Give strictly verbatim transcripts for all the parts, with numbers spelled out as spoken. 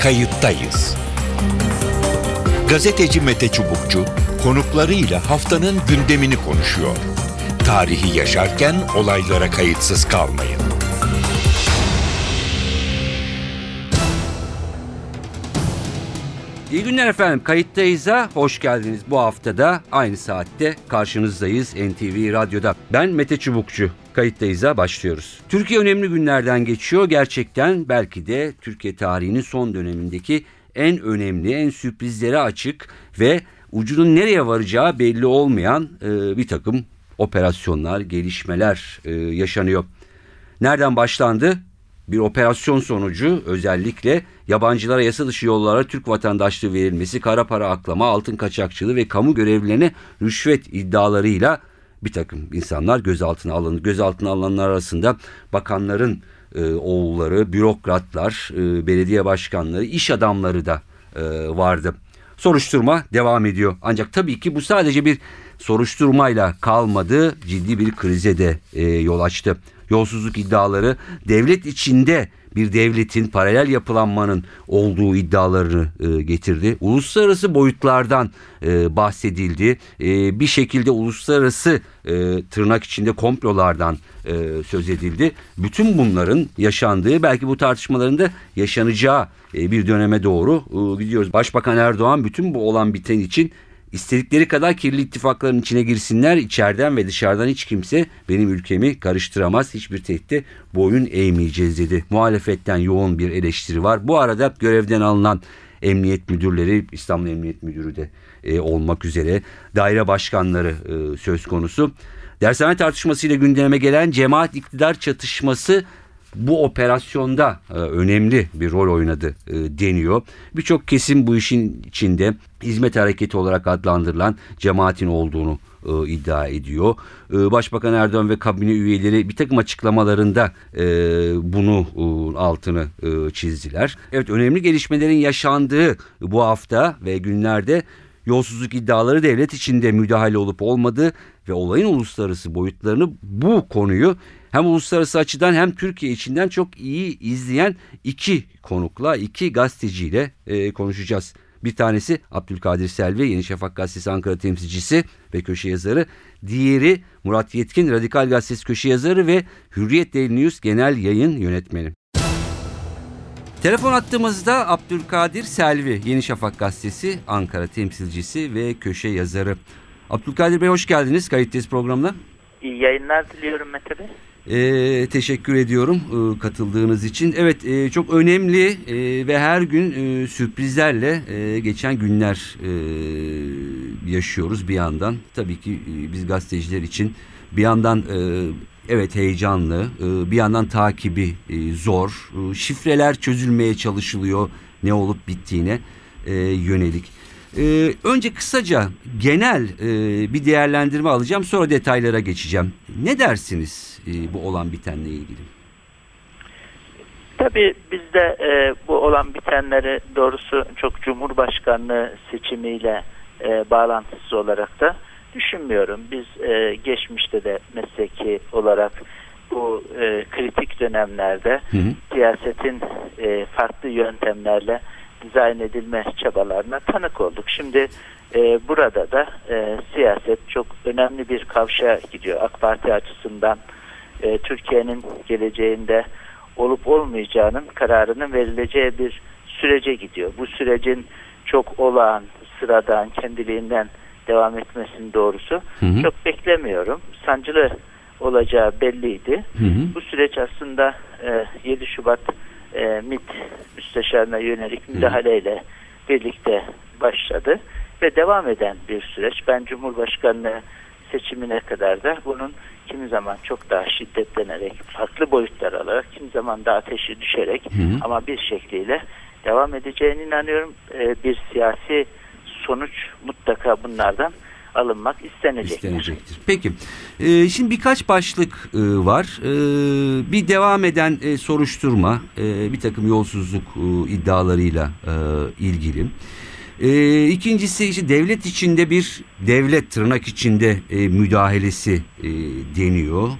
Kayıttayız. Gazeteci Mete Çubukçu konuklarıyla haftanın gündemini konuşuyor. Tarihi yaşarken olaylara kayıtsız kalmayın. İyi günler efendim. Kayıttayız'a hoş geldiniz. Bu haftada aynı saatte karşınızdayız N T V Radyo'da. Ben Mete Çubukçu. Kayıttayız'a başlıyoruz. Türkiye önemli günlerden geçiyor. Gerçekten belki de Türkiye tarihinin son dönemindeki en önemli, en sürprizlere açık ve ucunun nereye varacağı belli olmayan e, bir takım operasyonlar, gelişmeler e, yaşanıyor. Nereden başlandı? Bir operasyon sonucu özellikle yabancılara yasa dışı yollara Türk vatandaşlığı verilmesi, kara para aklama, altın kaçakçılığı ve kamu görevlilerine rüşvet iddialarıyla bir takım insanlar gözaltına alındı. Gözaltına alınanlar arasında bakanların e, oğulları, bürokratlar, e, belediye başkanları, iş adamları da e, vardı. Soruşturma devam ediyor. Ancak tabii ki bu sadece bir soruşturmayla kalmadı, ciddi bir krize de e, yol açtı. Yolsuzluk iddiaları devlet içinde bir devletin paralel yapılanmanın olduğu iddialarını e, getirdi. Uluslararası boyutlardan e, bahsedildi. E, bir şekilde uluslararası e, tırnak içinde komplolardan e, söz edildi. Bütün bunların yaşandığı, belki bu tartışmaların da yaşanacağı e, bir döneme doğru e, gidiyoruz. Başbakan Erdoğan bütün bu olan biten için İstedikleri kadar kirli ittifakların içine girsinler, içeriden ve dışarıdan hiç kimse benim ülkemi karıştıramaz, hiçbir tehditte boyun eğmeyeceğiz dedi. Muhalefetten yoğun bir eleştiri var. Bu arada görevden alınan emniyet müdürleri, İstanbul Emniyet Müdürü de e, olmak üzere daire başkanları e, söz konusu. Dershane tartışmasıyla gündeme gelen cemaat iktidar çatışması bu operasyonda e, önemli bir rol oynadı e, deniyor. Birçok kesim bu işin içinde hizmet hareketi olarak adlandırılan cemaatin olduğunu e, iddia ediyor. E, Başbakan Erdoğan ve kabine üyeleri bir takım açıklamalarında e, bunu e, altını e, çizdiler. Evet, önemli gelişmelerin yaşandığı bu hafta ve günlerde yolsuzluk iddiaları devlet içinde müdahale olup olmadığı ve olayın uluslararası boyutlarını, bu konuyu hem uluslararası açıdan hem Türkiye içinden çok iyi izleyen iki konukla, iki gazeteciyle e, konuşacağız. Bir tanesi Abdülkadir Selvi, Yeni Şafak Gazetesi Ankara temsilcisi ve köşe yazarı. Diğeri Murat Yetkin, Radikal Gazetesi köşe yazarı ve Hürriyet Daily News genel yayın yönetmeni. Telefon attığımızda Abdülkadir Selvi, Yeni Şafak Gazetesi Ankara temsilcisi ve köşe yazarı. Abdülkadir Bey, hoş geldiniz Kayıttayız programına. İyi yayınlar diliyorum Mete Bey. Ee, teşekkür ediyorum e, katıldığınız için. Evet, e, çok önemli e, ve her gün e, sürprizlerle e, geçen günler e, yaşıyoruz bir yandan. Tabii ki e, biz gazeteciler için bir yandan e, evet heyecanlı, e, bir yandan takibi e, zor. E, şifreler çözülmeye çalışılıyor ne olup bittiğine e, yönelik. Ee, önce kısaca genel e, bir değerlendirme alacağım, sonra detaylara geçeceğim. Ne dersiniz e, bu olan bitenle ilgili? Tabii biz de e, bu olan bitenleri doğrusu çok Cumhurbaşkanlığı seçimiyle e, bağlantısız olarak da düşünmüyorum. Biz e, geçmişte de mesleki olarak bu e, kritik dönemlerde hı hı. siyasetin e, farklı yöntemlerle dizayn edilme çabalarına tanık olduk. Şimdi e, burada da e, siyaset çok önemli bir kavşağa gidiyor. AK Parti açısından e, Türkiye'nin geleceğinde olup olmayacağının kararının verileceği bir sürece gidiyor. Bu sürecin çok olağan, sıradan, kendiliğinden devam etmesini doğrusu hı hı. çok beklemiyorum. Sancılı olacağı belliydi. Hı hı. Bu süreç aslında e, yedi Şubat E, MİT müsteşarına yönelik müdahaleyle birlikte başladı ve devam eden bir süreç. Ben Cumhurbaşkanlığı seçimine kadar da bunun kimi zaman çok daha şiddetlenerek, farklı boyutlar alarak, kimi zaman da ateşi düşerek hı hı. ama bir şekliyle devam edeceğine inanıyorum. E, bir siyasi sonuç mutlaka bunlardan alınmak istenecektir. istenecektir. Peki. Ee, şimdi birkaç başlık e, var. E, bir devam eden e, soruşturma, e, bir takım yolsuzluk e, iddialarıyla e, ilgili. E, ikincisi işte devlet içinde bir devlet tırnak içinde e, müdahalesi e, deniyor.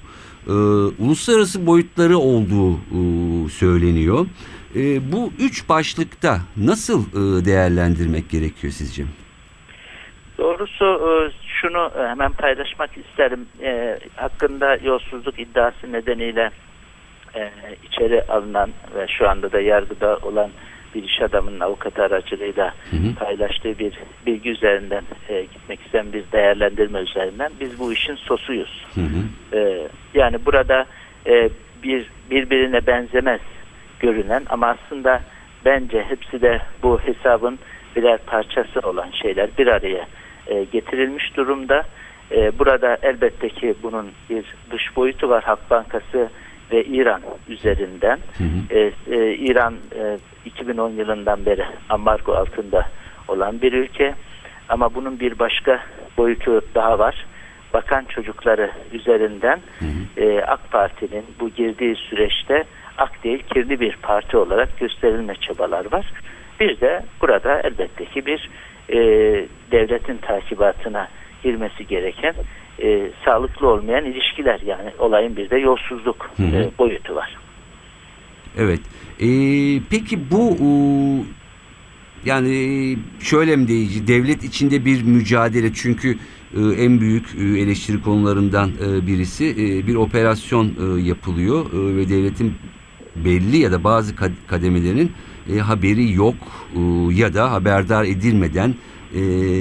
e, uluslararası boyutları olduğu e, söyleniyor. E, bu üç başlıkta nasıl e, değerlendirmek gerekiyor sizce? Doğrusu e, şunu hemen paylaşmak isterim. E, hakkında yolsuzluk iddiası nedeniyle e, içeri alınan ve şu anda da yargıda olan bir iş adamının avukatı aracılığıyla hı hı. paylaştığı bir bilgi üzerinden e, gitmek isteyen bir değerlendirme üzerinden biz bu işin sosuyuz. Hı hı. E, yani burada e, bir birbirine benzemez görünen ama aslında bence hepsi de bu hesabın birer parçası olan şeyler bir araya e, getirilmiş durumda. E, burada elbette ki bunun bir dış boyutu var. Halk Bankası ve İran üzerinden. Hı hı. E, e, İran e, iki bin on yılından beri ambargo altında olan bir ülke. Ama bunun bir başka boyutu daha var. Bakan çocukları üzerinden hı hı. E, AK Parti'nin bu girdiği süreçte ak değil kirli bir parti olarak gösterilme çabalar var. Bir de burada elbette ki bir e, devletin takibatına girmesi gereken e, sağlıklı olmayan ilişkiler, yani olayın bir de yolsuzluk hı hı. E, boyutu var. Evet. E, peki bu e, yani şöyle mi deyici, devlet içinde bir mücadele, çünkü e, en büyük e, eleştiri konularından e, birisi e, bir operasyon e, yapılıyor e, ve devletin belli ya da bazı kademelerinin e, haberi yok e, ya da haberdar edilmeden e,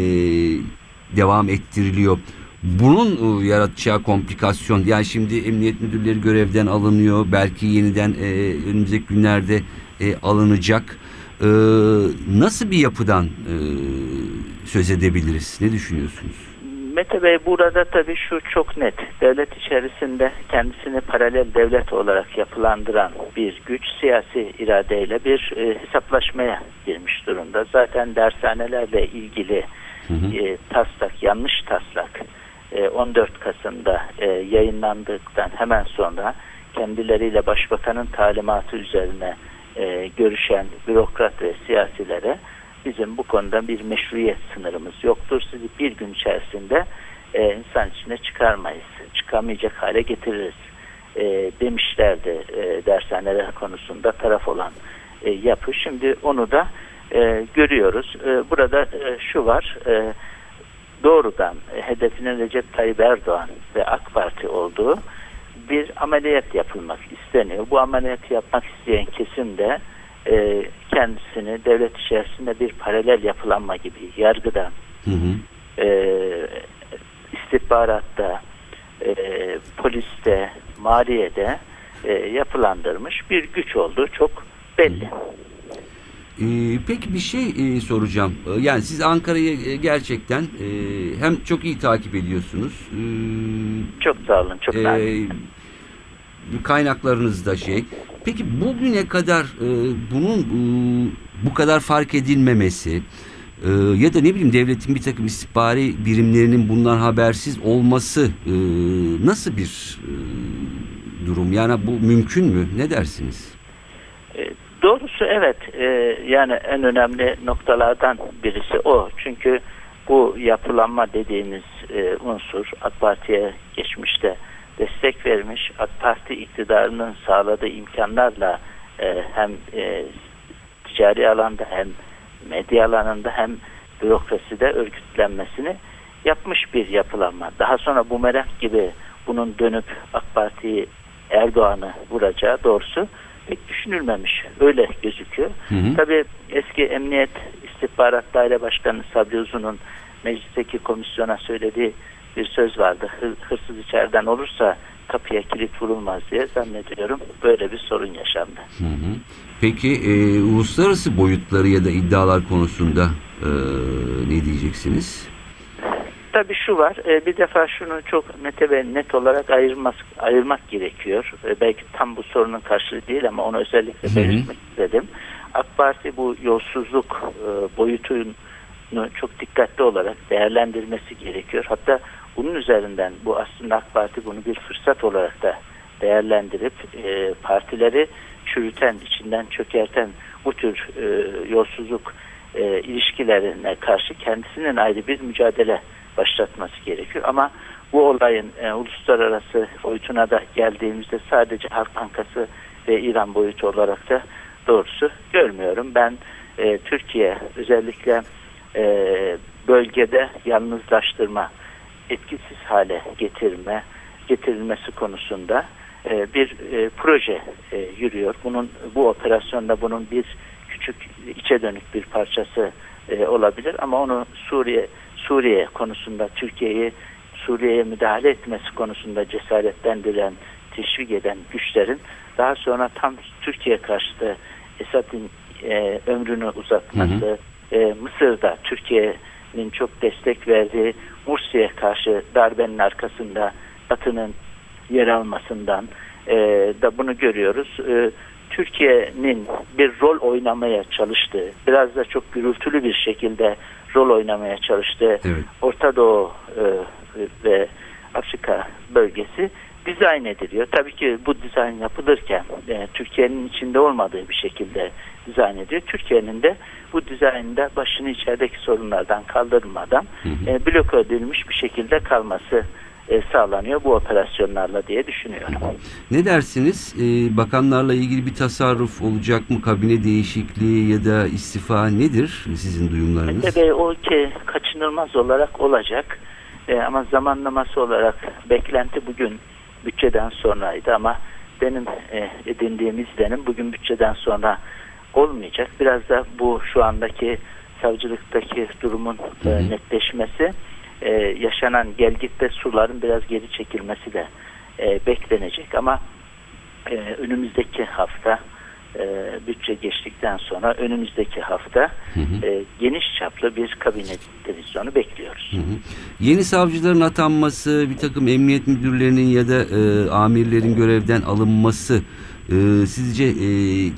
devam ettiriliyor. Bunun e, yaratacağı komplikasyon, yani şimdi emniyet müdürleri görevden alınıyor, belki yeniden e, önümüzdeki günlerde e, alınacak. E, nasıl bir yapıdan e, söz edebiliriz? Ne düşünüyorsunuz? Mete Bey, burada tabii şu çok net. Devlet içerisinde kendisini paralel devlet olarak yapılandıran bir güç siyasi iradeyle bir e, hesaplaşmaya girmiş durumda. Zaten dershanelerle ilgili hı hı. E, taslak, yanlış taslak e, on dört Kasım'da e, yayınlandıktan hemen sonra kendileriyle başbakanın talimatı üzerine e, görüşen bürokrat ve siyasilere bizim bu konuda bir meşruiyet sınırımız yoktur. Sizi bir gün içerisinde e, insan içine çıkarmayız. Çıkamayacak hale getiririz e, demişlerdi e, dershaneler konusunda taraf olan e, yapı. Şimdi onu da e, görüyoruz. E, burada e, şu var. E, doğrudan e, hedefinin Recep Tayyip Erdoğan ve AK Parti olduğu bir ameliyat yapılmak isteniyor. Bu ameliyatı yapmak isteyen kesim de E, kendisini devlet içerisinde bir paralel yapılanma gibi yargıda, hı hı. E, istihbaratta, e, poliste, maliyede e, yapılandırmış bir güç olduğu çok belli. Ee, peki bir şey e, soracağım. Yani siz Ankara'yı gerçekten e, hem çok iyi takip ediyorsunuz. E, çok sağ olun. Çok e, kaynaklarınız da şey. Peki bugüne kadar e, bunun e, bu kadar fark edilmemesi e, ya da ne bileyim devletin bir takım istihbari birimlerinin bundan habersiz olması e, nasıl bir e, durum? Yani bu mümkün mü? Ne dersiniz? E, doğrusu evet. E, yani en önemli noktalardan birisi o. Çünkü bu yapılanma dediğimiz e, unsur AK Parti'ye geçmişte destek vermiş, AK Parti iktidarının sağladığı imkanlarla e, hem e, ticari alanda hem medya alanında hem bürokraside örgütlenmesini yapmış bir yapılanma. Daha sonra bumerang gibi bunun dönüp AK Parti'yi, Erdoğan'ı vuracağı doğrusu pek düşünülmemiş. Öyle gözüküyor. Hı hı. Tabii eski Emniyet İstihbarat Daire Başkanı Sabri Uzun'un meclisteki komisyona söylediği bir söz vardı. Hırsız içeriden olursa kapıya kilit vurulmaz diye, zannediyorum böyle bir sorun yaşandı. Hı hı. Peki e, uluslararası boyutları ya da iddialar konusunda e, ne diyeceksiniz? Tabii şu var. E, bir defa şunu çok net ve net olarak ayırmak, ayırmak gerekiyor. E, belki tam bu sorunun karşılığı değil ama onu özellikle belirtmek istedim. AK Parti bu yolsuzluk e, boyutunu çok dikkatli olarak değerlendirmesi gerekiyor. Hatta bunun üzerinden bu aslında AK Parti bunu bir fırsat olarak da değerlendirip e, partileri çürüten, içinden çökerten bu tür e, yolsuzluk e, ilişkilerine karşı kendisinin ayrı bir mücadele başlatması gerekiyor. Ama bu olayın e, uluslararası boyutuna da geldiğimizde sadece Halk Bankası ve İran boyutu olarak da doğrusu görmüyorum. Ben e, Türkiye özellikle e, bölgede yalnızlaştırma, etkisiz hale getirme, getirilmesi konusunda e, bir e, proje e, yürüyor. Bunun bu operasyonda bunun bir küçük içe dönük bir parçası e, olabilir ama onu Suriye Suriye konusunda Türkiye'yi Suriye'ye müdahale etmesi konusunda cesaretlendiren, teşvik eden güçlerin daha sonra tam Türkiye karşıtı Esad'ın e, ömrünü uzatması, hı hı. E, Mısır'da Türkiye'nin çok destek verdiği Mursi'ye karşı darbenin arkasında Batı'nın yer almasından e, da bunu görüyoruz. E, Türkiye'nin bir rol oynamaya çalıştığı, biraz da çok gürültülü bir şekilde rol oynamaya çalıştığı evet. Orta Doğu e, ve Afrika bölgesi dizayn ediliyor. Tabii ki bu dizayn yapılırken e, Türkiye'nin içinde olmadığı bir şekilde dizayn ediliyor. Türkiye'nin de bu dizaynda başını içerideki sorunlardan kaldırmadan hı hı. E, bloke edilmiş bir şekilde kalması e, sağlanıyor bu operasyonlarla diye düşünüyorum. Ne dersiniz? E, bakanlarla ilgili bir tasarruf olacak mı? Kabine değişikliği ya da istifa nedir sizin duyumlarınız? Tabii o ki kaçınılmaz olarak olacak. E, ama zamanlaması olarak beklenti bugün bütçeden sonraydı ama benim e, edindiğim izlenim bugün bütçeden sonra olmayacak. Biraz da bu şu andaki savcılıktaki durumun e, netleşmesi, e, yaşanan gelgitte suların biraz geri çekilmesi de e, beklenecek ama e, önümüzdeki hafta e, bütçe geçtikten sonra önümüzdeki hafta hı hı. E, geniş çaplı bir kabine revizyonu bekliyoruz. Hı hı. Yeni savcıların atanması, bir takım emniyet müdürlerinin ya da e, amirlerin görevden alınması e, sizce e,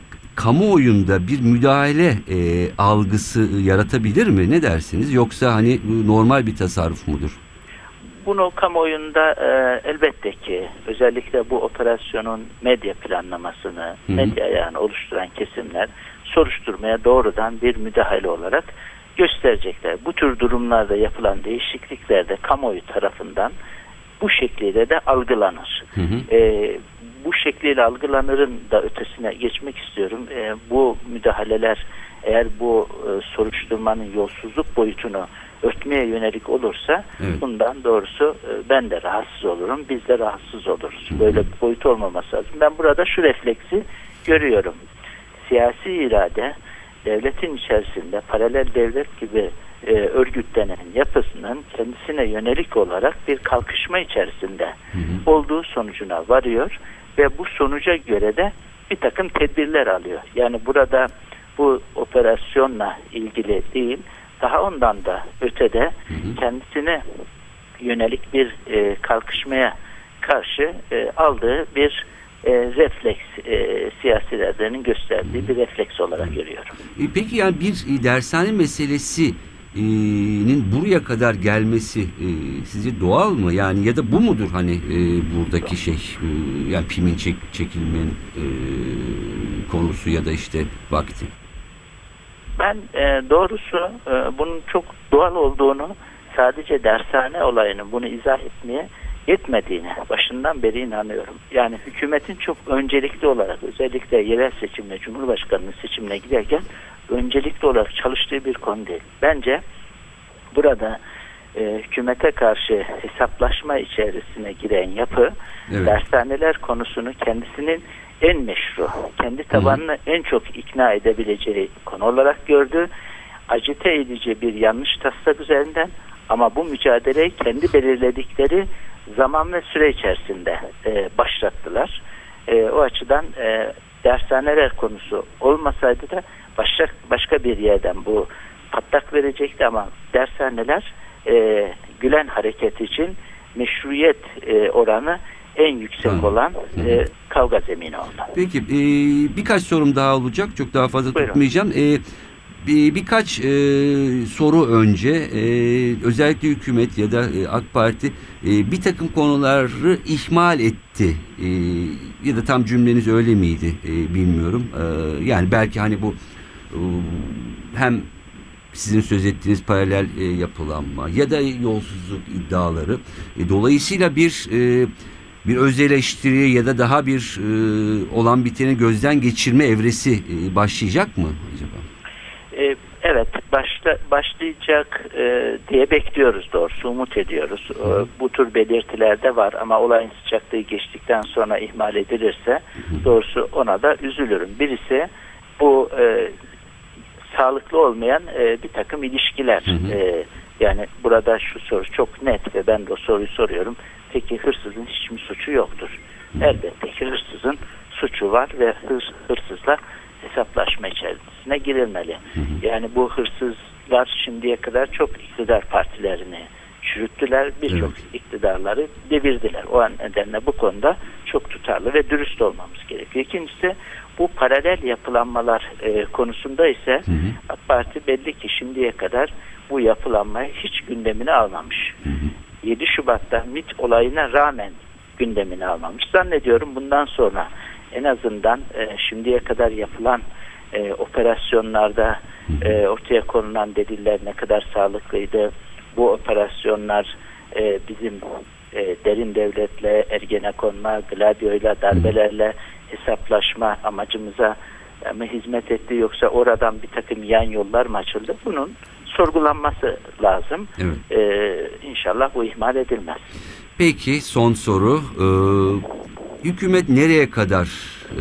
kamuoyunda bir müdahale e, algısı yaratabilir mi? Ne dersiniz? Yoksa hani normal bir tasarruf mudur? Bunu kamuoyunda e, elbette ki özellikle bu operasyonun medya planlamasını, hı hı. medya ayağını oluşturan kesimler soruşturmaya doğrudan bir müdahale olarak gösterecekler. Bu tür durumlarda yapılan değişikliklerde kamuoyu tarafından bu şekliyle de algılanır. Hı hı. E, bu şekliyle algılanırın da ötesine geçmek istiyorum. E, bu müdahaleler eğer bu e, soruşturmanın yolsuzluk boyutunu örtmeye yönelik olursa evet. bundan doğrusu e, ben de rahatsız olurum. Biz de rahatsız oluruz. Böyle bir boyut olmaması lazım. Ben burada şu refleksi görüyorum. Siyasi irade devletin içerisinde paralel devlet gibi e, örgütlenen yapısının kendisine yönelik olarak bir kalkışma içerisinde hı hı. olduğu sonucuna varıyor ve bu sonuca göre de bir takım tedbirler alıyor. Yani burada bu operasyonla ilgili değil, daha ondan da ötede hı hı. kendisine yönelik bir e, kalkışmaya karşı e, aldığı bir e, refleks, e, siyasilerinin gösterdiği hı hı. bir refleks olarak görüyorum. E, peki yani bir dershane meselesinin buraya kadar gelmesi e, sizce doğal mı? Yani ya da bu mudur hani e, buradaki şey e, yani pimin çek, çekilmenin e, konusu ya da işte vakti? Ben e, doğrusu e, bunun çok doğal olduğunu, sadece dershane olayının bunu izah etmeye yetmediğine başından beri inanıyorum. Yani hükümetin çok öncelikli olarak özellikle yerel seçimle, Cumhurbaşkanlığı seçimine giderken öncelikli olarak çalıştığı bir konu değil. Bence burada e, hükümete karşı hesaplaşma içerisine giren yapı evet. dershaneler konusunu kendisinin en meşru, kendi tabanını Hı. en çok ikna edebileceği konu olarak gördü. Acite edici bir yanlış taslak üzerinden ama bu mücadeleyi kendi belirledikleri zaman ve süre içerisinde e, başlattılar. E, o açıdan e, dershaneler konusu olmasaydı da başka, başka bir yerden bu patlak verecekti ama dershaneler e, Gülen hareketi için meşruiyet e, oranı en yüksek ha. olan e, kavga zemini oldu. Peki e, birkaç sorum daha olacak. Çok daha fazla Buyurun. tutmayacağım. E, bir, birkaç e, soru önce e, özellikle hükümet ya da e, AK Parti e, bir takım konuları ihmal etti. E, ya da tam cümleniz öyle miydi e, bilmiyorum. E, yani belki hani bu e, hem sizin söz ettiğiniz paralel e, yapılanma ya da yolsuzluk iddiaları. E, dolayısıyla bir e, bir öz eleştiri ya da daha bir e, olan biteni gözden geçirme evresi e, başlayacak mı acaba? E, evet, başla, başlayacak e, diye bekliyoruz doğrusu, umut ediyoruz. E, bu tür belirtiler de var ama olayın sıcaklığı geçtikten sonra ihmal edilirse doğrusu ona da üzülürüm. Birisi bu e, sağlıklı olmayan e, bir takım ilişkiler. Hı hı. E, yani burada şu soru çok net ve ben de o soruyu soruyorum. Peki hırsızın hiç mi suçu yoktur? Hı. Elbette ki hırsızın suçu var ve hırs, hırsızla hesaplaşma içerisine girilmeli. Hı hı. Yani bu hırsızlar şimdiye kadar çok iktidar partilerini çürüttüler. Birçok evet. iktidarları devirdiler. O nedenle bu konuda çok tutarlı ve dürüst olmamız gerekiyor. İkincisi bu paralel yapılanmalar e, konusunda ise hı hı. AK Parti belli ki şimdiye kadar bu yapılanmayı hiç gündemine almamış. Hı hı. yedi Şubat'ta MİT olayına rağmen gündemine almamış. Zannediyorum bundan sonra en azından e, şimdiye kadar yapılan e, operasyonlarda e, ortaya konulan deliller ne kadar sağlıklıydı, bu operasyonlar e, bizim e, derin devletle, Ergenekon'la, Gladio'yla, darbelerle hesaplaşma amacımıza e, mı hizmet etti yoksa oradan bir takım yan yollar mı açıldı? Bunun sorgulanması lazım. Evet. E, İnşallah bu ihmal edilmez. Peki son soru. Ee, hükümet nereye kadar e,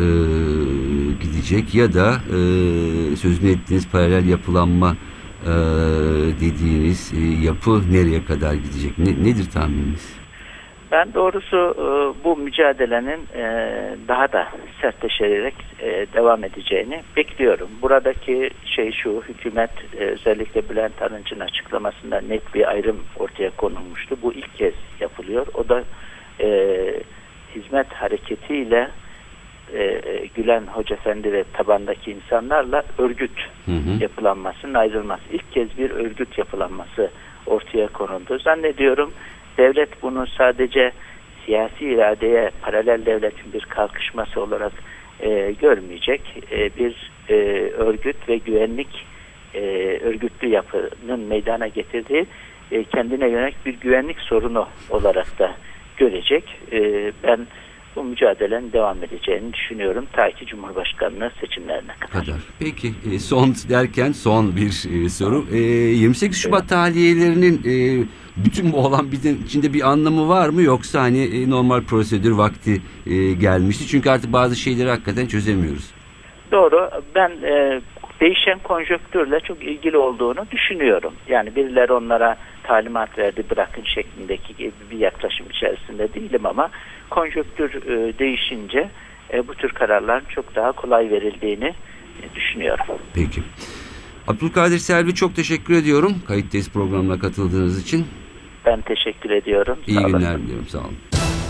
gidecek ya da e, sözünü ettiğiniz paralel yapılanma e, dediğiniz e, yapı nereye kadar gidecek? Ne, nedir tahmininiz? Ben doğrusu e, bu mücadelenin e, daha da sertleşerek e, devam edeceğini bekliyorum. Buradaki şey şu, hükümet e, özellikle Bülent Arınç'ın açıklamasında net bir ayrım ortaya konulmuştu. Bu ilk kez yapılıyor. O da e, hizmet hareketiyle e, Gülen Hoca Efendi ve tabandaki insanlarla örgüt hı hı. yapılanmasının ayrılması. İlk kez bir örgüt yapılanması ortaya konuldu. Zannediyorum devlet bunu sadece siyasi iradeye paralel devletin bir kalkışması olarak e, görmeyecek. E, bir e, örgüt ve güvenlik e, örgütlü yapının meydana getirdiği e, kendine yönelik bir güvenlik sorunu olarak da görecek. E, ben bu mücadelenin devam edeceğini düşünüyorum. Ta ki Cumhurbaşkanlığı seçimlerine kadar. kadar. Peki son derken son bir soru. E, yirmi sekiz Şubat evet. tahliyelerinin e, bütün bu olan biten içinde bir anlamı var mı? Yoksa hani e, normal prosedür vakti e, gelmişti. Çünkü artık bazı şeyleri hakikaten çözemiyoruz. Doğru. Ben e, değişen konjonktürle çok ilgili olduğunu düşünüyorum. Yani birileri onlara talimat verdi, bırakın şeklindeki gibi bir yaklaşım içerisinde değilim ama konjonktür e, değişince e, bu tür kararların çok daha kolay verildiğini e, düşünüyorum. Peki. Abdülkadir Selvi çok teşekkür ediyorum. Kayıttayız programına katıldığınız için. Ben teşekkür ediyorum. İyi sağ günler diliyorum. Sağ olun.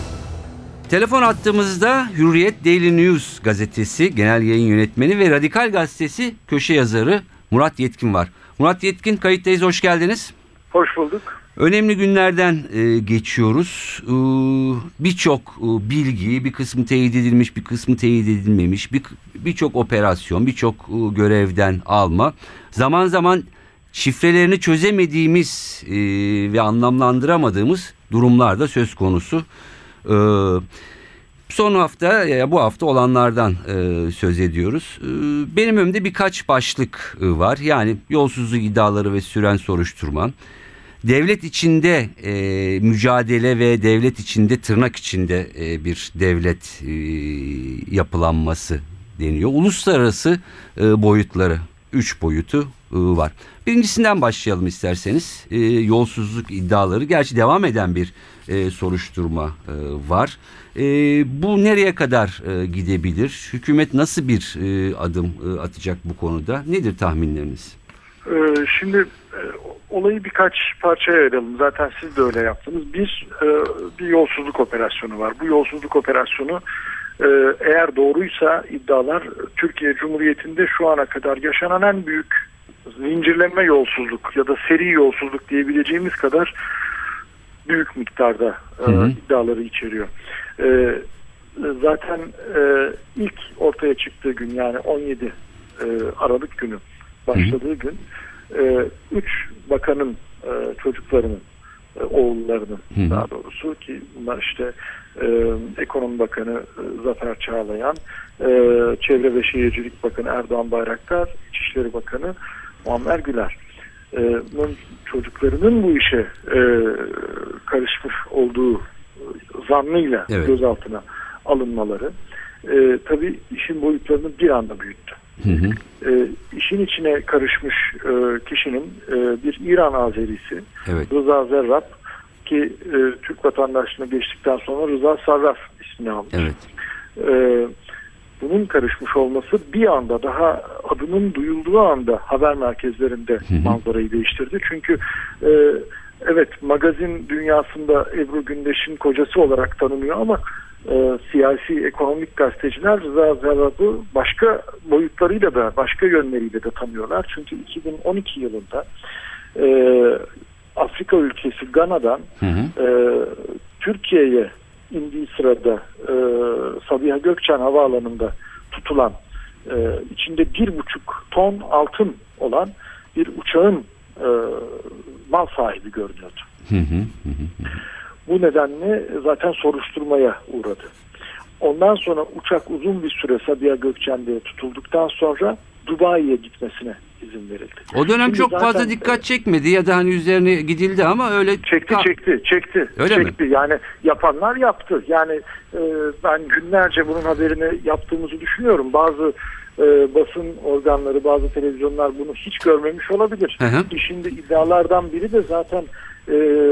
Telefon attığımızda Hürriyet Daily News gazetesi genel yayın yönetmeni ve Radikal gazetesi köşe yazarı Murat Yetkin var. Murat Yetkin, kayıttayız, hoş geldiniz. Hoş bulduk. Önemli günlerden e, geçiyoruz. E, birçok e, bilgi, bir kısmı teyit edilmiş, bir kısmı teyit edilmemiş, bir birçok operasyon, birçok e, görevden alma. Zaman zaman şifrelerini çözemediğimiz e, ve anlamlandıramadığımız durumlar da söz konusu. E, son hafta ya bu hafta olanlardan e, söz ediyoruz. E, benim önümde birkaç başlık e, var. Yani yolsuzluk iddiaları ve süren soruşturma. Devlet içinde e, mücadele ve devlet içinde tırnak içinde e, bir devlet e, yapılanması deniyor. Uluslararası e, boyutları, üç boyutu e, var. Birincisinden başlayalım isterseniz. E, yolsuzluk iddiaları, gerçi devam eden bir e, soruşturma e, var. E, bu nereye kadar e, gidebilir? Hükümet nasıl bir e, adım e, atacak bu konuda? Nedir tahminleriniz? Ee, şimdi e, olayı birkaç parçaya ayıralım. Zaten siz de öyle yaptınız. Bir, e, bir yolsuzluk operasyonu var. Bu yolsuzluk operasyonu e, eğer doğruysa iddialar, Türkiye Cumhuriyeti'nde şu ana kadar yaşanan en büyük zincirleme yolsuzluk ya da seri yolsuzluk diyebileceğimiz kadar büyük miktarda e, hı hı. iddiaları içeriyor. E, zaten e, ilk ortaya çıktığı gün, yani on yedi Aralık günü başladığı gün e, üç bakanın e, çocuklarının, e, oğullarının Hı hı. daha doğrusu, ki bunlar işte e, Ekonomi Bakanı e, Zafer Çağlayan, e, Çevre ve Şehircilik Bakanı Erdoğan Bayraktar, İçişleri Bakanı Muammer Güler. E, bunun çocuklarının bu işe e, karışmış olduğu zannıyla Evet. gözaltına alınmaları e, tabii işin boyutlarını bir anda büyüttü. Hı hı. E, işin içine karışmış e, kişinin e, bir İran Azerisi Evet. Rıza Zerrab, ki e, Türk vatandaşlığına geçtikten sonra Rıza Sarraf ismini almış. Evet. E, bunun karışmış olması bir anda, daha adının duyulduğu anda haber merkezlerinde Hı hı. manzarayı değiştirdi. Çünkü e, evet, magazin dünyasında Ebru Gündeş'in kocası olarak tanınıyor ama e, siyasi, ekonomik gazeteciler Rıza Zerrab'ı başka boyutlarıyla da, başka yönleriyle de tanıyorlar. Çünkü iki bin on iki yılında e, Afrika ülkesi Gana'dan Hı hı. e, Türkiye'ye indiği sırada e, Sabiha Gökçen Havaalanı'nda tutulan, e, içinde bir buçuk ton altın olan bir uçağın e, mal sahibi görünüyordu. Hı hı. Hı hı. Bu nedenle zaten soruşturmaya uğradı. Ondan sonra uçak uzun bir süre Sabiha Gökçen'de tutulduktan sonra Dubai'ye gitmesine izin verildi. O dönem Şimdi çok zaten, fazla dikkat çekmedi ya da hani üzerine gidildi ama öyle Çekti Ka- çekti çekti. Öyle çekti. Yani yapanlar yaptı. Yani e, ben günlerce bunun haberini yaptığımızı düşünüyorum. Bazı e, basın organları, bazı televizyonlar bunu hiç görmemiş olabilir. Hı hı. Şimdi iddialardan biri de zaten e,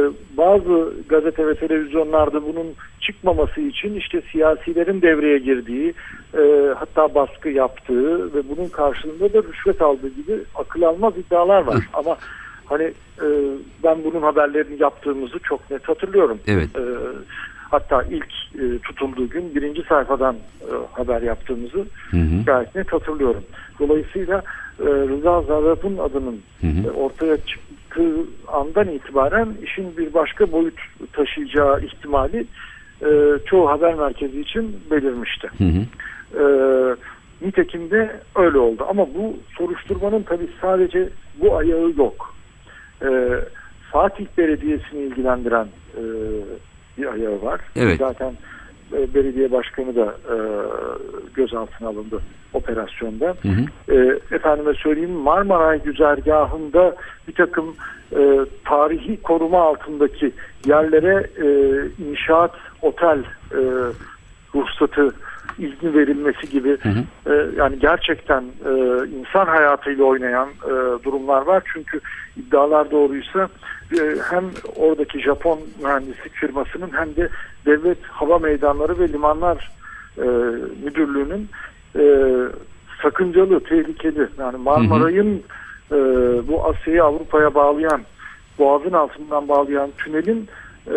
bazı gazete ve televizyonlarda bunun çıkmaması için işte siyasilerin devreye girdiği, e, hatta baskı yaptığı ve bunun karşılığında da rüşvet aldığı gibi akıl almaz iddialar var. Ama hani e, ben bunun haberlerini yaptığımızı çok net hatırlıyorum. Evet. E, hatta ilk e, tutulduğu gün birinci sayfadan e, haber yaptığımızı Hı hı. gayet net hatırlıyorum. Dolayısıyla e, Rıza Zarrab'ın adının Hı hı. e, ortaya çıktığı andan itibaren işin bir başka boyut taşıyacağı ihtimali e, çoğu haber merkezi için belirmişti. Hı hı. E, nitekim de öyle oldu. Ama bu soruşturmanın tabii sadece bu ayağı yok. E, Fatih Belediyesi'ni ilgilendiren e, bir ayağı var. Evet. Zaten e, belediye başkanı da e, gözaltına alındı operasyonda. Hı hı. E, efendime söyleyeyim, Marmaray güzergahında bir takım e, tarihi koruma altındaki yerlere e, inşaat, otel e, ruhsatı, izni verilmesi gibi Hı hı. e, yani gerçekten e, insan hayatıyla oynayan e, durumlar var. Çünkü iddialar doğruysa e, hem oradaki Japon mühendislik firmasının hem de Devlet Hava Meydanları ve Limanlar e, Müdürlüğü'nün e, sakıncalı, tehlikeli, yani Marmaray'ın e, bu Asya'yı Avrupa'ya bağlayan, boğazın altından bağlayan tünelin e,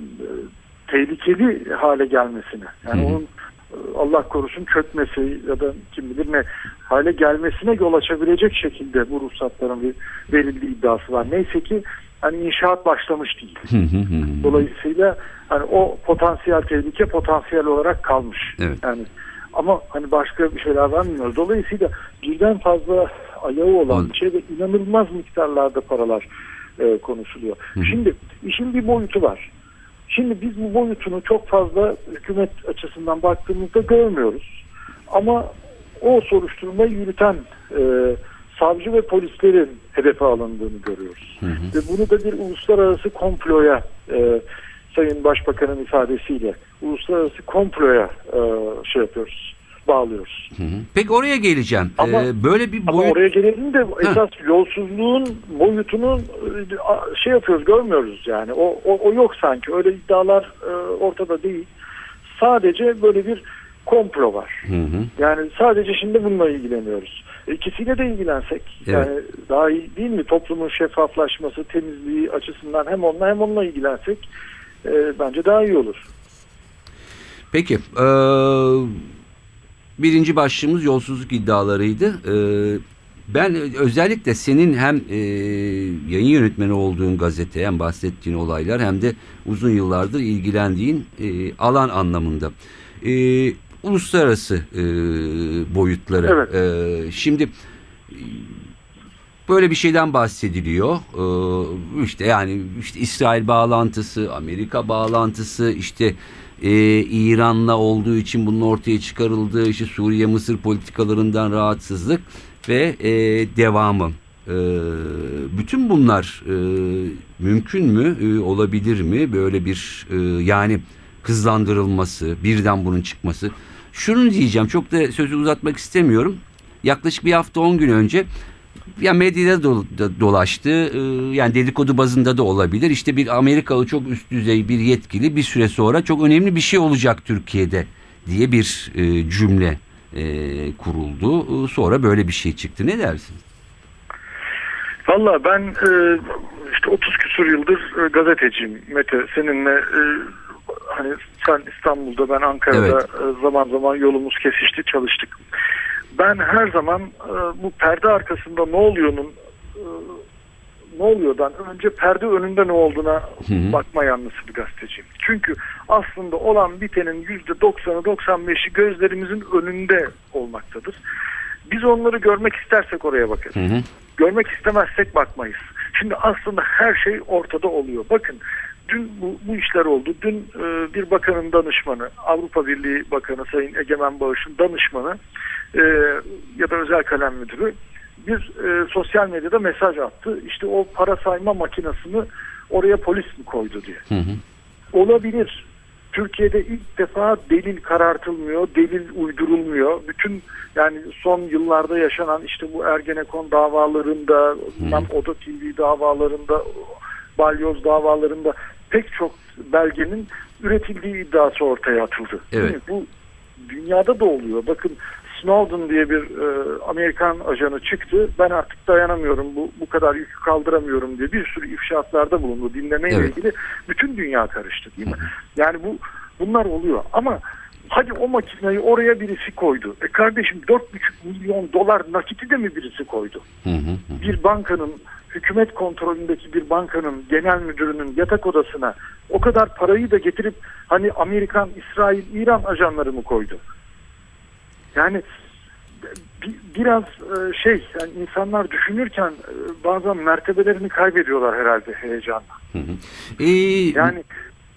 tehlikeli hale gelmesine, yani Hı hı. onun Allah korusun çökmesi ya da kim bilir ne hale gelmesine yol açabilecek şekilde bu ruhsatların bir verildiği iddiası var. Neyse ki hani inşaat başlamış değil. Hı hı hı. Dolayısıyla hani o potansiyel tehlike potansiyel olarak kalmış. Evet. Yani ama hani başka bir şeyler var mı? Dolayısıyla birden fazla ayağı olan An- bir şey ve inanılmaz miktarlarda paralar e, konuşuluyor. Hı hı. Şimdi işin bir boyutu var. Şimdi biz bu boyutunu çok fazla hükümet açısından baktığımızda görmüyoruz. Ama o soruşturmayı yürüten e, savcı ve polislerin hedefe alındığını görüyoruz. Hı hı. Ve bunu da bir uluslararası komploya, e, Sayın Başbakan'ın ifadesiyle uluslararası komploya e, şey yapıyoruz, bağlıyoruz. Hı hı. Peki oraya geleceğim. Ama- Ee, böyle bir Ama boyut... oraya gelelim de esas yolsuzluğun boyutunu e, şey yapıyoruz, görmüyoruz yani. O, o, o yok sanki. Öyle iddialar e, ortada değil. Sadece böyle bir komplo var. Hı hı. Yani sadece şimdi bununla ilgileniyoruz. İkisiyle de ilgilensek Evet. yani daha iyi değil mi? Toplumun şeffaflaşması, temizliği açısından hem onunla hem onunla ilgilensek e, bence daha iyi olur. Peki. Ee, birinci başlığımız yolsuzluk iddialarıydı. Ee, ben özellikle senin hem e, yayın yönetmeni olduğun gazete, hem bahsettiğin olaylar hem de uzun yıllardır ilgilendiğin e, alan anlamında. E, uluslararası e, boyutları. Evet. E, şimdi böyle bir şeyden bahsediliyor. Ee, işte yani işte İsrail bağlantısı, Amerika bağlantısı, işte e, İran'la olduğu için bunun ortaya çıkarıldığı işte Suriye Mısır politikalarından rahatsızlık ve e, devamı. E, bütün bunlar e, mümkün mü? E, olabilir mi? Böyle bir e, yani hızlandırılması, birden bunun çıkması. Şunu diyeceğim, çok da sözü uzatmak istemiyorum. Yaklaşık bir hafta on gün önce ya medyada do- da dolaştı. Ee, yani dedikodu bazında da olabilir. İşte bir Amerikalı çok üst düzey bir yetkili bir süre sonra çok önemli bir şey olacak Türkiye'de diye bir e, cümle e, kuruldu. Ee, sonra böyle bir şey çıktı. Ne dersin? Valla ben e, işte otuz küsur yıldır e, gazeteciyim Mete. Seninle e, hani sen İstanbul'da, ben Ankara'da Evet. e, zaman zaman yolumuz kesişti, çalıştık. Ben her zaman e, bu perde arkasında ne oluyor'nun e, ne oluyor'dan önce perde önünde ne olduğuna Hı hı. bakma yanlısı bir gazeteciyim. Çünkü aslında olan bitenin yüzde doksanı doksan beşi gözlerimizin önünde olmaktadır. Biz onları görmek istersek oraya bakarız. Hı hı. Görmek istemezsek bakmayız. Şimdi aslında her şey ortada oluyor. Bakın dün bu, bu işler oldu. Dün e, bir bakanın danışmanı, Avrupa Birliği Bakanı Sayın Egemen Bağış'ın danışmanı e, ya da özel kalem müdürü bir e, sosyal medyada mesaj attı. İşte o para sayma makinesini oraya polis mi koydu diye. Hı hı. Olabilir. Türkiye'de ilk defa delil karartılmıyor, delil uydurulmuyor. Bütün yani son yıllarda yaşanan işte bu Ergenekon davalarında, hmm. Oda T V davalarında, Balyoz davalarında pek çok belgenin üretildiği iddiası ortaya atıldı. Evet. Yani bu dünyada da oluyor. Bakın Snowden diye bir e, Amerikan ajanı çıktı. Ben artık dayanamıyorum, bu bu kadar yükü kaldıramıyorum diye bir sürü ifşaatlarda bulundu. Dinlemeyle Evet. ilgili bütün dünya karıştı, değil mi? Yani bu bunlar oluyor. Ama hadi o makineyi oraya birisi koydu. E kardeşim dört buçuk milyon dolar nakiti de mi birisi koydu? Hı hı hı. Bir bankanın, hükümet kontrolündeki bir bankanın genel müdürünün yatak odasına o kadar parayı da getirip hani Amerikan, İsrail, İran ajanları mı koydu? Yani biraz şey, yani insanlar düşünürken bazen mertebelerini kaybediyorlar herhalde heyecanla. Hı hı. Ee, Yani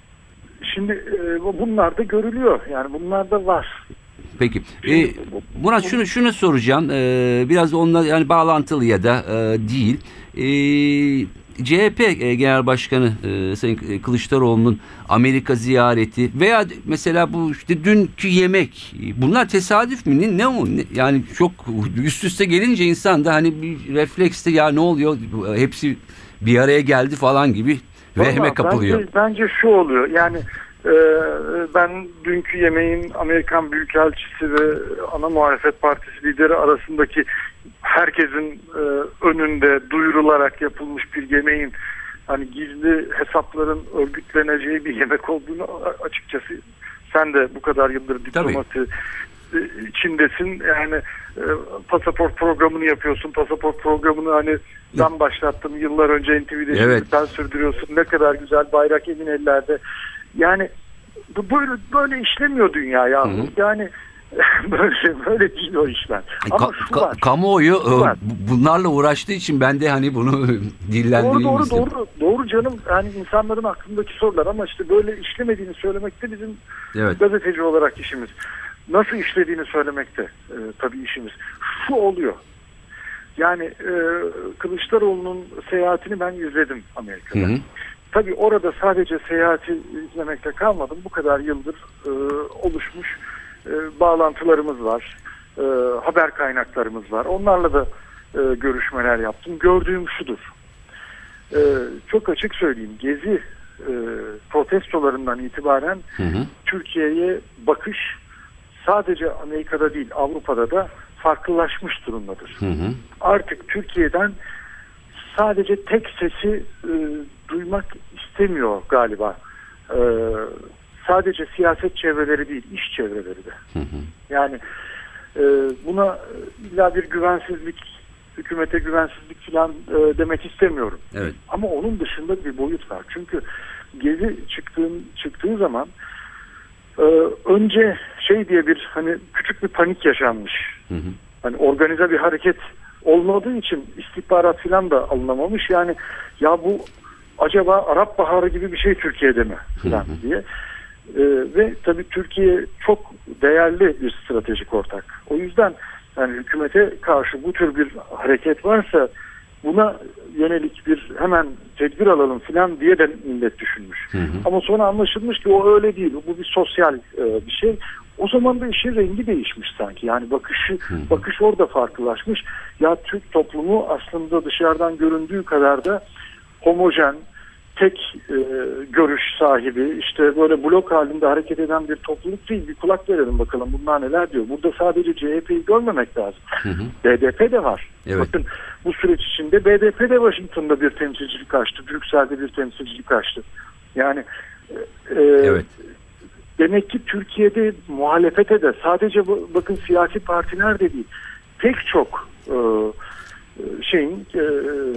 şimdi bunlar da görülüyor. Yani bunlar da var. Peki. Ee, Murat şunu şunu soracağım. Ee, biraz onunla yani bağlantılı ya da e, değil. Ee, C H P Genel Başkanı e, Sayın Kılıçdaroğlu'nun Amerika ziyareti veya mesela bu işte dünkü yemek, bunlar tesadüf mü? Ne, ne o? Ne, yani çok üst üste gelince insan da hani bir refleksle ya ne oluyor? Hepsi bir araya geldi falan gibi vehme Vallahi kapılıyor. Bence, bence şu oluyor. Yani e, ben dünkü yemeğin Amerikan Büyükelçisi ve ana muhalefet partisi lideri arasındaki herkesin e, önünde duyurularak yapılmış bir yemeğin hani gizli hesapların örgütleneceği bir yemek olduğunu açıkçası, sen de bu kadar yıldır diplomasi e, içindesin. Yani e, pasaport programını yapıyorsun. Pasaport programını hani ben başlattım yıllar önce N T V'de. Evet. Sen sürdürüyorsun. Ne kadar güzel, bayrak emin ellerde. Yani bu böyle böyle işlemiyor dünya ya. Hı hı. Yani böyle böyle değil o işler. Ama Ka- şu var. Ka- kamuoyu şu var. bunlarla uğraştığı için ben de hani bunu dillendireyim Doğru doğru istedim. doğru doğru canım. Yani insanların aklındaki sorular, ama işte böyle işlemediğini söylemekte bizim Evet. gazeteci olarak işimiz. Nasıl işlediğini söylemekte e, tabii işimiz. Şu oluyor. Yani e, Kılıçdaroğlu'nun seyahatini ben izledim Amerika'da. Hı hı. Tabii orada sadece seyahati izlemekte kalmadım. Bu kadar yıldır e, oluşmuş e, bağlantılarımız var. E, haber kaynaklarımız var. Onlarla da e, görüşmeler yaptım. Gördüğüm şudur. E, çok açık söyleyeyim. Gezi e, protestolarından itibaren Hı hı. Türkiye'ye bakış sadece Amerika'da değil, Avrupa'da da farklılaşmış durumdadır. Hı hı. Artık Türkiye'den sadece tek sesi e, duymak istemiyor galiba. E, sadece siyaset çevreleri değil, iş çevreleri de. Hı hı. Yani e, buna illa bir güvensizlik, hükümete güvensizlik falan e, demek istemiyorum. Evet. Ama onun dışında bir boyut var. Çünkü Gezi çıktığın, çıktığı zaman e, önce şey diye bir hani küçük bir panik yaşanmış. Hı hı. Hani organize bir hareket olmadığı için istihbarat falan da alınamamış. Yani ya bu acaba Arap Baharı gibi bir şey Türkiye'de mi falan diye. Ee, ve tabii Türkiye çok değerli bir stratejik ortak. O yüzden yani hükümete karşı bu tür bir hareket varsa buna yönelik bir hemen tedbir alalım falan diye de millet düşünmüş. Hı hı. Ama sonra anlaşılmış ki o öyle değil. Bu bir sosyal e, bir şey. O zaman da işin rengi değişmiş sanki. Yani bakışı, hı hı. bakış orada farklılaşmış. Ya Türk toplumu aslında dışarıdan göründüğü kadar da homojen, tek e, görüş sahibi, işte böyle blok halinde hareket eden bir topluluk değil. Bir kulak verelim bakalım bunlar neler diyor. Burada sadece C H P'yi görmemek lazım. Hı hı. B D P de var. Evet. Bakın bu süreç içinde B D P de Washington'da bir temsilcilik açtı. Brüksel'de bir temsilcilik açtı. Yani e, evet. demek ki Türkiye'de muhalefete de sadece bu, bakın siyasi partiler de değil. Pek çok e, şeyin e,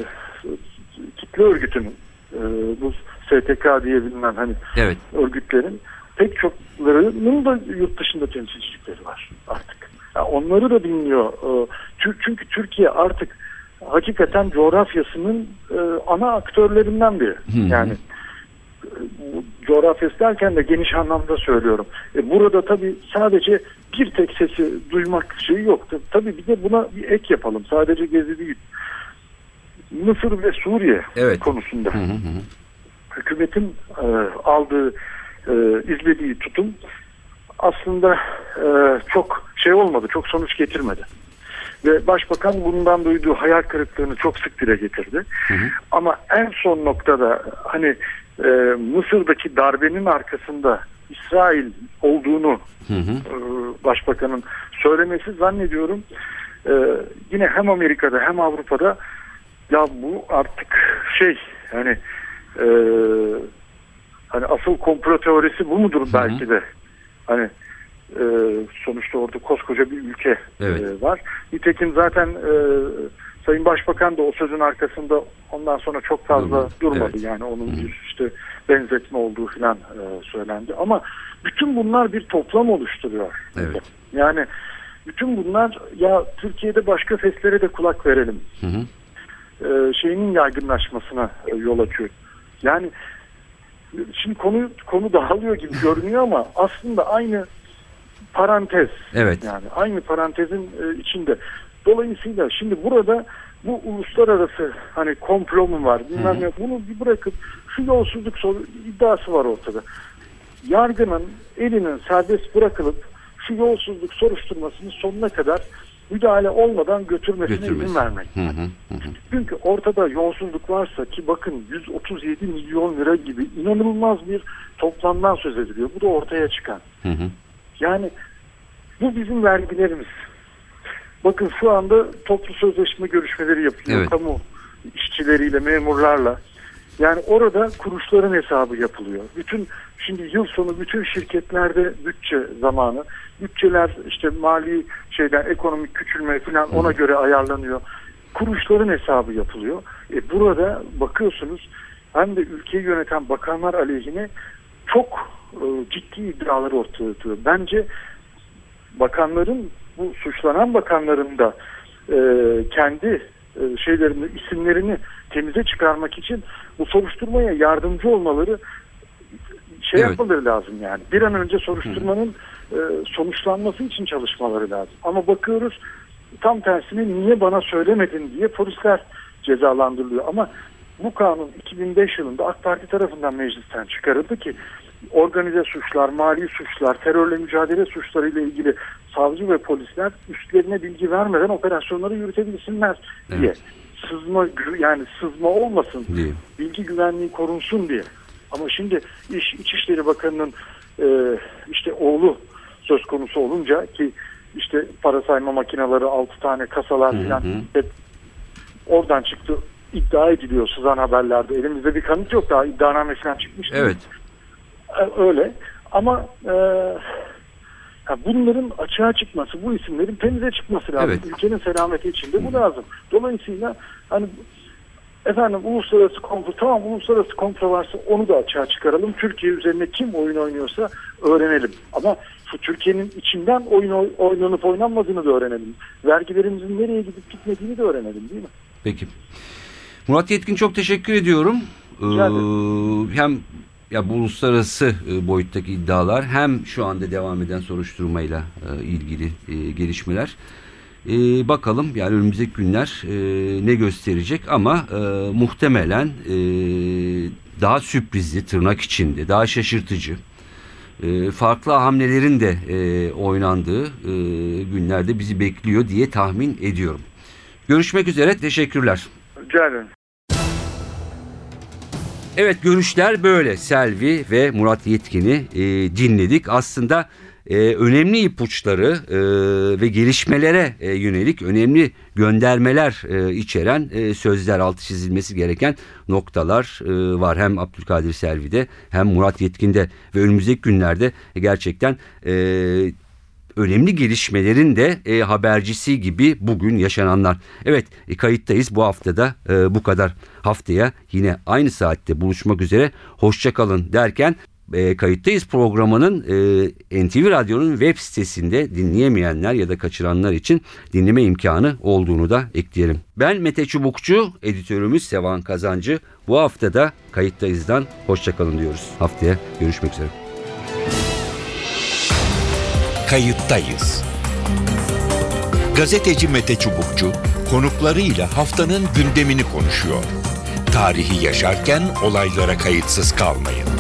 kitle örgütünün e, bu S T K diye bilinen hani evet. örgütlerin pek çoklarının da yurt dışında temsilcilikleri var artık. Yani onları da dinliyor. E, çünkü Türkiye artık hakikaten coğrafyasının e, ana aktörlerinden biri. Hı hı. Yani bu coğrafyası derken de geniş anlamda söylüyorum. E, burada tabii sadece bir tek sesi duymak şeyi yok. Tabii bir de buna bir ek yapalım. Sadece Gezi değil. Mısır ve Suriye evet. konusunda hı hı hı. hükümetin e, aldığı, e, izlediği tutum aslında e, çok şey olmadı, çok sonuç getirmedi. Ve Başbakan bundan duyduğu hayal kırıklığını çok sık dile getirdi. Hı hı. Ama en son noktada hani e, Mısır'daki darbenin arkasında İsrail olduğunu hı hı. E, Başbakanın söylemesi zannediyorum e, yine hem Amerika'da hem Avrupa'da ya bu artık şey hani e, hani asıl komplo teorisi bu mudur belki de hani e, sonuçta orada koskoca bir ülke evet. e, var. Nitekim zaten e, Sayın Başbakan da o sözün arkasında ondan sonra çok fazla Durmadı. durmadı. Evet. Yani onun Hı-hı. bir işte benzetme olduğu filan e, söylendi. Ama bütün bunlar bir toplam oluşturuyor. Evet. Yani bütün bunlar ya Türkiye'de başka seslere de kulak verelim. Hı hı. E, şeyinin yaygınlaşmasına e, yol açıyor. Yani şimdi konu konu dağılıyor gibi görünüyor ama aslında aynı parantez. Evet. Yani aynı parantezin e, içinde. Dolayısıyla şimdi burada bu uluslararası hani komplo mu var bilmem ne bunu bir bırakıp şu yolsuzluk soru, iddiası var ortada. Yargının elinin serbest bırakılıp şu yolsuzluk soruşturmasının sonuna kadar müdahale olmadan götürmesine Götürmesi. izin vermek. Hı hı, hı. Çünkü ortada yolsuzluk varsa ki bakın yüz otuz yedi milyon lira gibi inanılmaz bir toplamdan söz ediliyor. Bu da ortaya çıkan. Hı hı. Yani bu bizim vergilerimiz. Bakın şu anda toplu sözleşme görüşmeleri yapılıyor. Evet. Kamu işçileriyle, memurlarla. Yani orada kuruşların hesabı yapılıyor. Bütün şimdi yıl sonu bütün şirketlerde bütçe zamanı. Bütçeler işte mali şeyden ekonomik küçülme falan ona göre ayarlanıyor. Kuruşların hesabı yapılıyor. E burada bakıyorsunuz hem de ülkeyi yöneten bakanlar aleyhine çok e, ciddi iddialar ortaya atıyor. Bence bakanların bu suçlanan bakanların da e, kendi e, şeylerini, isimlerini temize çıkarmak için bu soruşturmaya yardımcı olmaları şey evet. yapmaları lazım yani. Bir an önce soruşturmanın e, sonuçlanması için çalışmaları lazım. Ama bakıyoruz tam tersine niye bana söylemedin diye polisler cezalandırılıyor. Ama bu kanun iki bin beş yılında AK Parti tarafından meclisten çıkarıldı ki organize suçlar, mali suçlar, terörle mücadele suçları ile ilgili savcı ve polisler üstlerine bilgi vermeden operasyonları yürütebilsinler evet. diye. Sızma yani sızma olmasın, diye. Bilgi güvenliği korunsun diye. Ama şimdi İş, İçişleri Bakanı'nın e, işte oğlu söz konusu olunca ki işte para sayma makineleri, altı tane kasalar falan hep oradan çıktı. İddia ediliyor sızan haberlerde. Elimizde bir kanıt yok daha iddianame falan çıkmış. Evet. Öyle. Ama e, bunların açığa çıkması, bu isimlerin temize çıkması lazım. Evet. Ülkenin selameti için de bu lazım. Dolayısıyla hani Efendim uluslararası komplo, tamam uluslararası komplo varsa onu da açığa çıkaralım. Türkiye üzerine kim oyun oynuyorsa öğrenelim. Ama şu Türkiye'nin içinden oyun oy- oynanıp oynanmadığını da öğrenelim. Vergilerimizin nereye gidip gitmediğini de öğrenelim, değil mi? Peki. Murat Yetkin, çok teşekkür ediyorum. Rica Ee, hem ya bu uluslararası e, boyuttaki iddialar hem şu anda devam eden soruşturmayla e, ilgili e, gelişmeler. E, bakalım yani önümüzdeki günler e, ne gösterecek ama e, muhtemelen e, daha sürprizli, tırnak içinde, daha şaşırtıcı, e, farklı hamlelerin de e, oynandığı e, günlerde bizi bekliyor diye tahmin ediyorum. Görüşmek üzere, teşekkürler. Rica ederim. Evet, görüşler böyle. Selvi ve Murat Yetkin'i e, dinledik. Aslında e, önemli ipuçları e, ve gelişmelere e, yönelik önemli göndermeler e, içeren e, sözler, altı çizilmesi gereken noktalar e, var. Hem Abdülkadir Selvi'de hem Murat Yetkin'de ve önümüzdeki günlerde gerçekten e, önemli gelişmelerin de e, habercisi gibi bugün yaşananlar. Evet, e, kayıttayız bu haftada e, bu kadar. Haftaya yine aynı saatte buluşmak üzere. Hoşça kalın derken e, kayıttayız programının e, N T V Radyo'nun web sitesinde dinleyemeyenler ya da kaçıranlar için dinleme imkanı olduğunu da ekleyelim. Ben Mete Çubukçu, editörümüz Sevan Kazancı. Bu haftada kayıttayızdan hoşça kalın diyoruz. Haftaya görüşmek üzere. Kayıttayız. Gazeteci Mete Çubukçu konuklarıyla haftanın gündemini konuşuyor. Tarihi yaşarken olaylara kayıtsız kalmayın.